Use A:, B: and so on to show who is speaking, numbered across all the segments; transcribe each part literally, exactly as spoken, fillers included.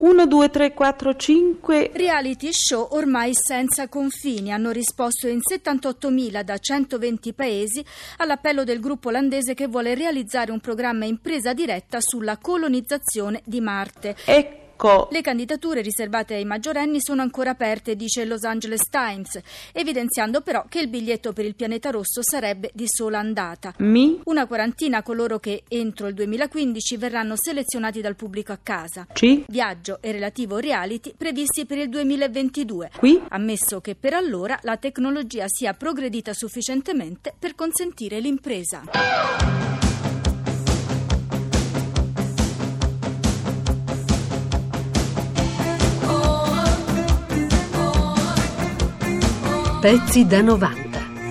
A: uno, due, tre, quattro, cinque
B: Reality show ormai senza confini hanno risposto in settantottomila da centoventi paesi all'appello del gruppo olandese che vuole realizzare un programma in presa diretta sulla colonizzazione di Marte.
A: Ecco.
B: Le candidature riservate ai maggiorenni sono ancora aperte, dice il Los Angeles Times, evidenziando però che il biglietto per il pianeta rosso sarebbe di sola andata.
A: Mi?
B: Una quarantina coloro che entro il duemilaquindici verranno selezionati dal pubblico a casa.
A: Ci?
B: Viaggio e relativo reality previsti per il duemilaventidue.
A: Qui?
B: Ammesso che per allora la tecnologia sia progredita sufficientemente per consentire l'impresa.
C: Pezzi da novanta.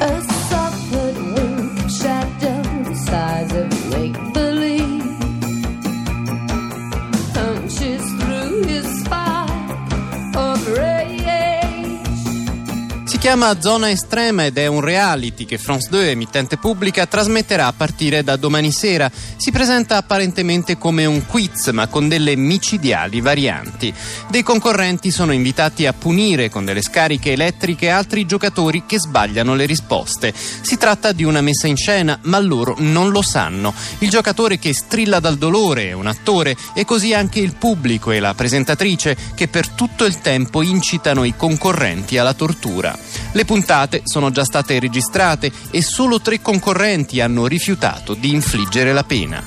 D: Si chiama Zona Estrema ed è un reality che France due, emittente pubblica, trasmetterà a partire da domani sera. Si presenta apparentemente come un quiz, ma con delle micidiali varianti. Dei concorrenti sono invitati a punire con delle scariche elettriche altri giocatori che sbagliano le risposte. Si tratta di una messa in scena, ma loro non lo sanno. Il giocatore che strilla dal dolore è un attore, e così anche il pubblico e la presentatrice che per tutto il tempo incitano i concorrenti alla tortura. Le puntate sono già state registrate e solo tre concorrenti hanno rifiutato di infliggere la pena.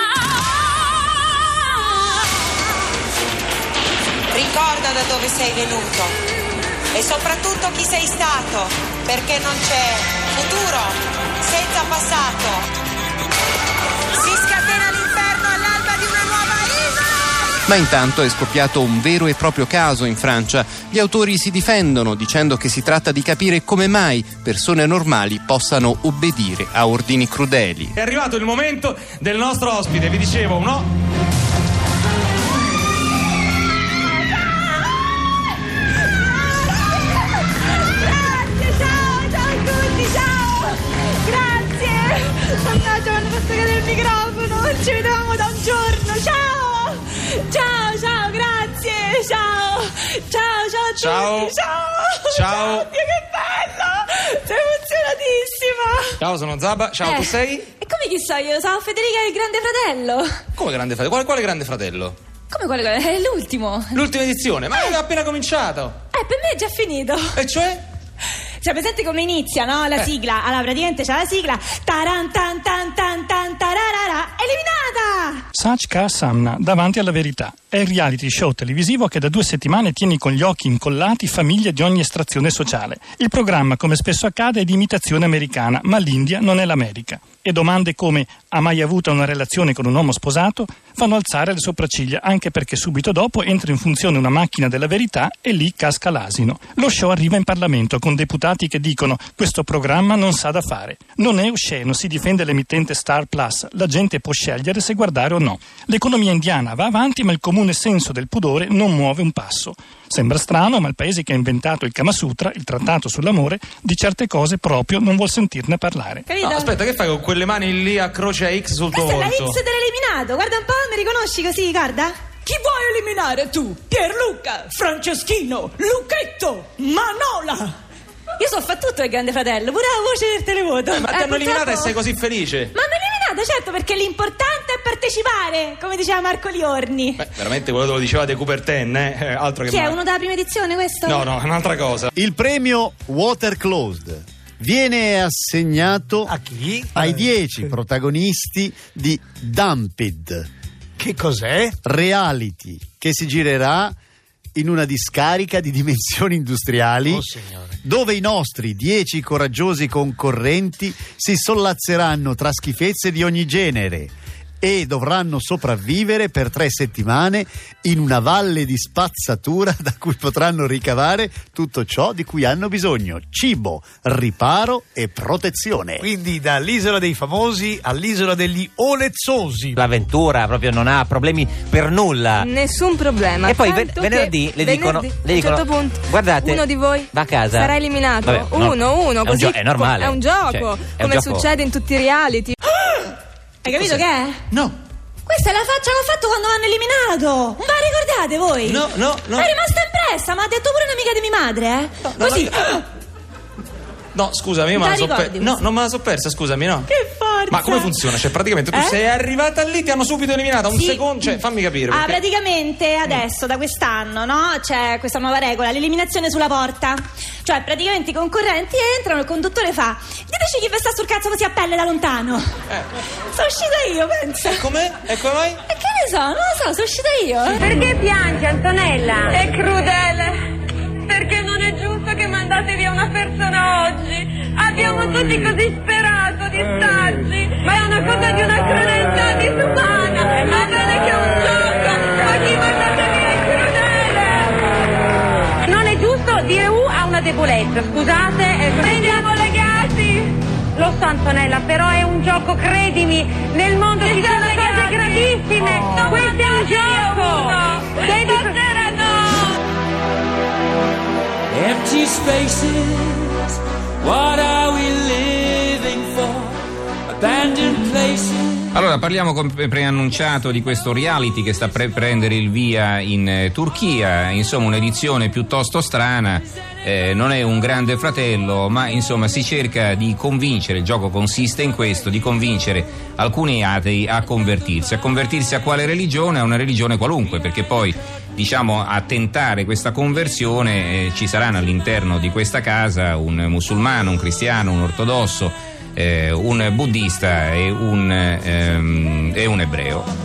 E: Ricorda da dove sei venuto e soprattutto chi sei stato, perché non c'è futuro senza passato. Si scatena l'inferno all'alba di una nuova isola!
D: Ma intanto è scoppiato un vero e proprio caso in Francia. Gli autori si difendono dicendo che si tratta di capire come mai persone normali possano obbedire a ordini crudeli.
F: È arrivato il momento del nostro ospite, vi dicevo, no?
G: Grazie, ciao, ciao a tutti, ciao! Grazie! Mannaggia, mi hanno fatto cadere il microfono, non ci vedevamo da un giorno, ciao! Ciao, ciao, grazie, ciao, ciao, ciao a tutti,
F: Ciao.
G: ciao,
F: Ciao.
G: Oddio, che bello, sono emozionatissima.
F: Ciao, sono Zaba. Ciao,
G: Eh,
F: tu sei?
G: E come chi so io? Sono Federica, il grande fratello.
F: Come grande fratello? Quale, quale grande fratello?
G: Come quale? È l'ultimo.
F: L'ultima edizione, ma è appena cominciato.
G: Eh, per me è già finito.
F: E cioè?
G: Cioè, presente come inizia, no? La
F: Eh.
G: sigla. Allora, praticamente c'è la sigla. Taran tan tan tan tan tararara. Eliminata!
H: Sachka Samna, davanti alla verità. È il reality show televisivo che da due settimane tiene con gli occhi incollati famiglie di ogni estrazione sociale. Il programma, come spesso accade, è di imitazione americana, ma l'India non è l'America. E domande come «ha mai avuto una relazione con un uomo sposato?» fanno alzare le sopracciglia, anche perché subito dopo entra in funzione una macchina della verità e lì casca l'asino. Lo show arriva in Parlamento con deputati che dicono «questo programma non sa da fare». Non è osceno, si difende l'emittente Star Plus, la gente può scegliere se guardare o no. L'economia indiana va avanti, ma il comune senso del pudore non muove un passo. Sembra strano, ma il paese che ha inventato il Kama Sutra, il trattato sull'amore, di certe cose proprio non vuol sentirne parlare.
G: Capito?
F: No, aspetta, che fai con quelle mani lì a croce a X sul tuo
G: Questa è la
F: volto?
G: X dell'eliminato. Guarda un po', mi riconosci così, guarda. Chi vuoi eliminare tu? Pierluca, Franceschino, Lucchetto, Manola. Io so fa tutto il grande fratello, pure la voce del televoto.
F: Eh, ma ti
G: Eh,
F: hanno eliminata e
G: purtroppo-
F: sei così felice?
G: Ma hanno eliminato, certo, perché l'importante è partecipare, come diceva Marco Liorni.
F: Beh, veramente quello lo diceva De Coubertin, eh? eh altro che
G: Chi è,
F: mai.
G: uno della prima edizione questo?
F: No, no, è un'altra cosa.
I: Il premio Water Closed viene assegnato
J: A chi?
I: ai dieci protagonisti di Dumped,
J: Che cos'è?
I: reality che si girerà in una discarica di dimensioni industriali,
J: Oh, signore.
I: dove i nostri dieci coraggiosi concorrenti si sollazzeranno tra schifezze di ogni genere e dovranno sopravvivere per tre settimane in una valle di spazzatura da cui potranno ricavare tutto ciò di cui hanno bisogno: cibo, riparo e protezione.
J: Quindi dall'isola dei famosi all'isola degli olezzosi.
K: L'avventura proprio non ha problemi per nulla.
L: Nessun problema.
K: E poi ven-
L: tanto
K: venerdì
L: che
K: le dicono,
L: venerdì,
K: le
L: a un
K: dicono
L: certo punto,
K: guardate,
L: uno di voi
K: va a casa,
L: sarà eliminato.
K: Vabbè, no,
L: uno, uno,
K: è un
L: così
K: gio- è normale.
L: È un gioco,
K: Cioè, è un
L: come
K: gioco-
L: succede in tutti i reality.
G: Hai capito che è?
F: No.
G: Questa è la faccia che ho fatto quando mi hanno eliminato. Non ve la ricordate voi?
F: No, no, no.
G: È rimasta impressa, ma ha detto pure un'amica di mia madre, eh?
F: No, no,
G: Così.
F: no. No, scusami, io me la so persa. No, non me la so persa, scusami, no.
G: Che forza!
F: Ma come funziona? Cioè, praticamente tu
G: Eh?
F: sei arrivata lì, ti hanno subito eliminata. Un
G: Sì.
F: secondo, cioè, fammi capire.
G: Ah,
F: perché-
G: praticamente adesso, da quest'anno, no? C'è questa nuova regola, l'eliminazione sulla porta. Cioè, praticamente i concorrenti entrano, il conduttore fa: diteci chi vi sta sul cazzo così a pelle da lontano.
F: Eh.
G: Sono uscita io, pensa.
F: E com'è? E come mai?
G: E che ne so, non lo so, sono uscita io. eh.
L: Perché piangi, Antonella?
G: È crudele.
L: Perché non è giusto che mandate via una persona oggi. Abbiamo tutti così sperato di starci. Ma è una cosa di una crudeltà disumana. Va bene che è un gioco, ma chi mandate via è crudele. Non è giusto dire U a una debolezza, scusate. Prendiamo legati. Lo so, Antonella, però è un gioco, credimi. Nel mondo ci sono cose gravissime. Oh. Questo è un gioco. Devi... Stasera no.
M: Empty spaces, what are we living for? Abandoned places.
N: Allora, parliamo come preannunciato di questo reality che sta per prendere il via in eh, Turchia, insomma un'edizione piuttosto strana, eh, non è un grande fratello, ma insomma si cerca di convincere, il gioco consiste in questo, di convincere alcuni atei a convertirsi. A convertirsi a quale religione? A una religione qualunque, perché poi diciamo a tentare questa conversione eh, ci saranno all'interno di questa casa un musulmano, un cristiano, un ortodosso, eh, un buddista e un, ehm, e un ebreo.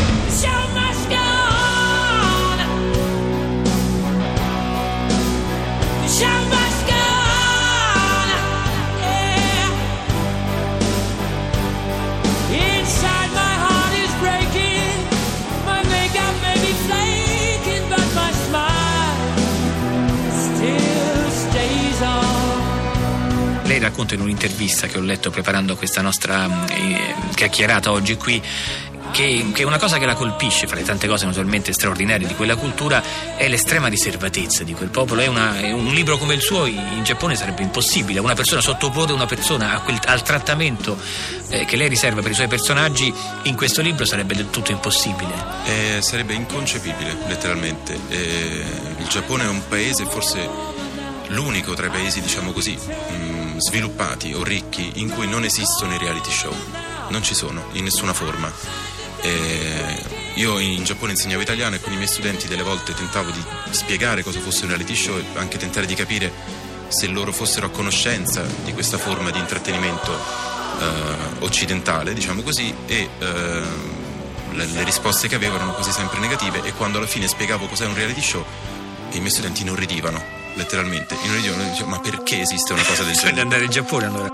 O: Lei racconta in un'intervista che ho letto preparando questa nostra eh, chiacchierata oggi qui che, che una cosa che la colpisce fra le tante cose naturalmente straordinarie di quella cultura è l'estrema riservatezza di quel popolo. È, una, è un libro come il suo in Giappone sarebbe impossibile. Una persona sottoporre una persona a quel, al trattamento eh, che lei riserva per i suoi personaggi in questo libro sarebbe del tutto impossibile.
P: Eh, sarebbe inconcepibile, letteralmente. Eh, il Giappone è un paese forse l'unico tra i paesi, diciamo così, mh, sviluppati o ricchi in cui non esistono i reality show. Non ci sono, in nessuna forma. Eh, io in Giappone insegnavo italiano e con i miei studenti delle volte tentavo di spiegare cosa fosse un reality show e anche tentare di capire se loro fossero a conoscenza di questa forma di intrattenimento eh, occidentale, diciamo così, e eh, le, le risposte che avevano erano quasi sempre negative, e quando alla fine spiegavo cos'è un reality show i miei studenti inorridivano, letteralmente inorridivano, dicevano: ma perché esiste una cosa del genere?
O: Bisogna andare in Giappone allora.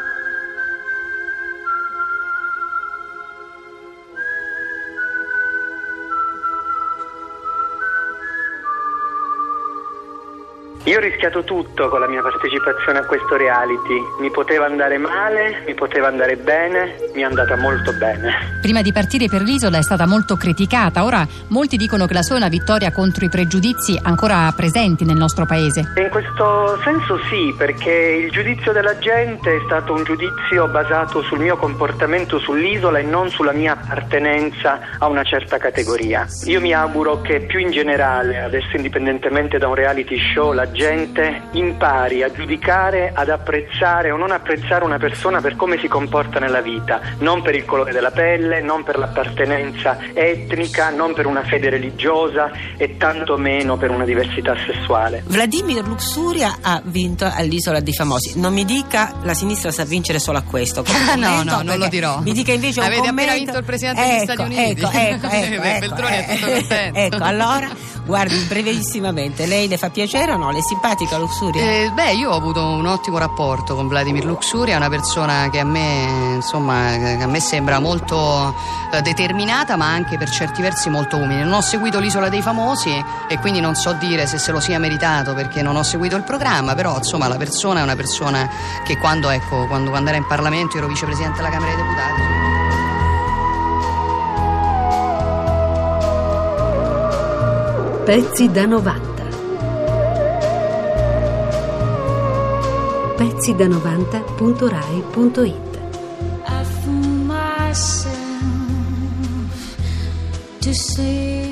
Q: Io ho rischiato tutto con la mia partecipazione a questo reality. Mi poteva andare male, mi poteva andare bene, mi è andata molto bene.
R: Prima di partire per l'isola è stata molto criticata. Ora molti dicono che la sua è una vittoria contro i pregiudizi ancora presenti nel nostro paese.
Q: E in questo senso sì, perché il giudizio della gente è stato un giudizio basato sul mio comportamento sull'isola e non sulla mia appartenenza a una certa categoria. Io mi auguro che più in generale, adesso indipendentemente da un reality show, la gente impari a giudicare, ad apprezzare o non apprezzare una persona per come si comporta nella vita, non per il colore della pelle, non per l'appartenenza etnica, non per una fede religiosa e tanto meno per una diversità sessuale.
S: Vladimir Luxuria ha vinto all'Isola dei Famosi. Non mi dica la sinistra sa vincere solo a questo.
R: Ah, no, no, non lo dirò.
S: Mi dica invece un
R: Avete
S: commento.
R: appena vinto il Presidente
S: ecco,
R: degli Stati Uniti.
S: Ecco, ecco, ecco, ecco,
R: Veltroni è tutto contento.
S: Ecco, allora, guardi, brevissimamente, lei le fa piacere o no? Le è simpatica Luxuria?
R: Eh, beh, io ho avuto un ottimo rapporto con Vladimir Luxuria, è una persona che a me, insomma, che a me sembra molto eh, determinata, ma anche per certi versi molto umile. Non ho seguito l'Isola dei Famosi e quindi non so dire se se lo sia meritato, perché non ho seguito il programma, però insomma la persona è una persona che quando, ecco, quando, quando era in Parlamento, io ero vicepresidente della Camera dei Deputati.
C: Pezzi da novanta. pezzi da novanta punto rai punto it.
M: I fool myself
T: to say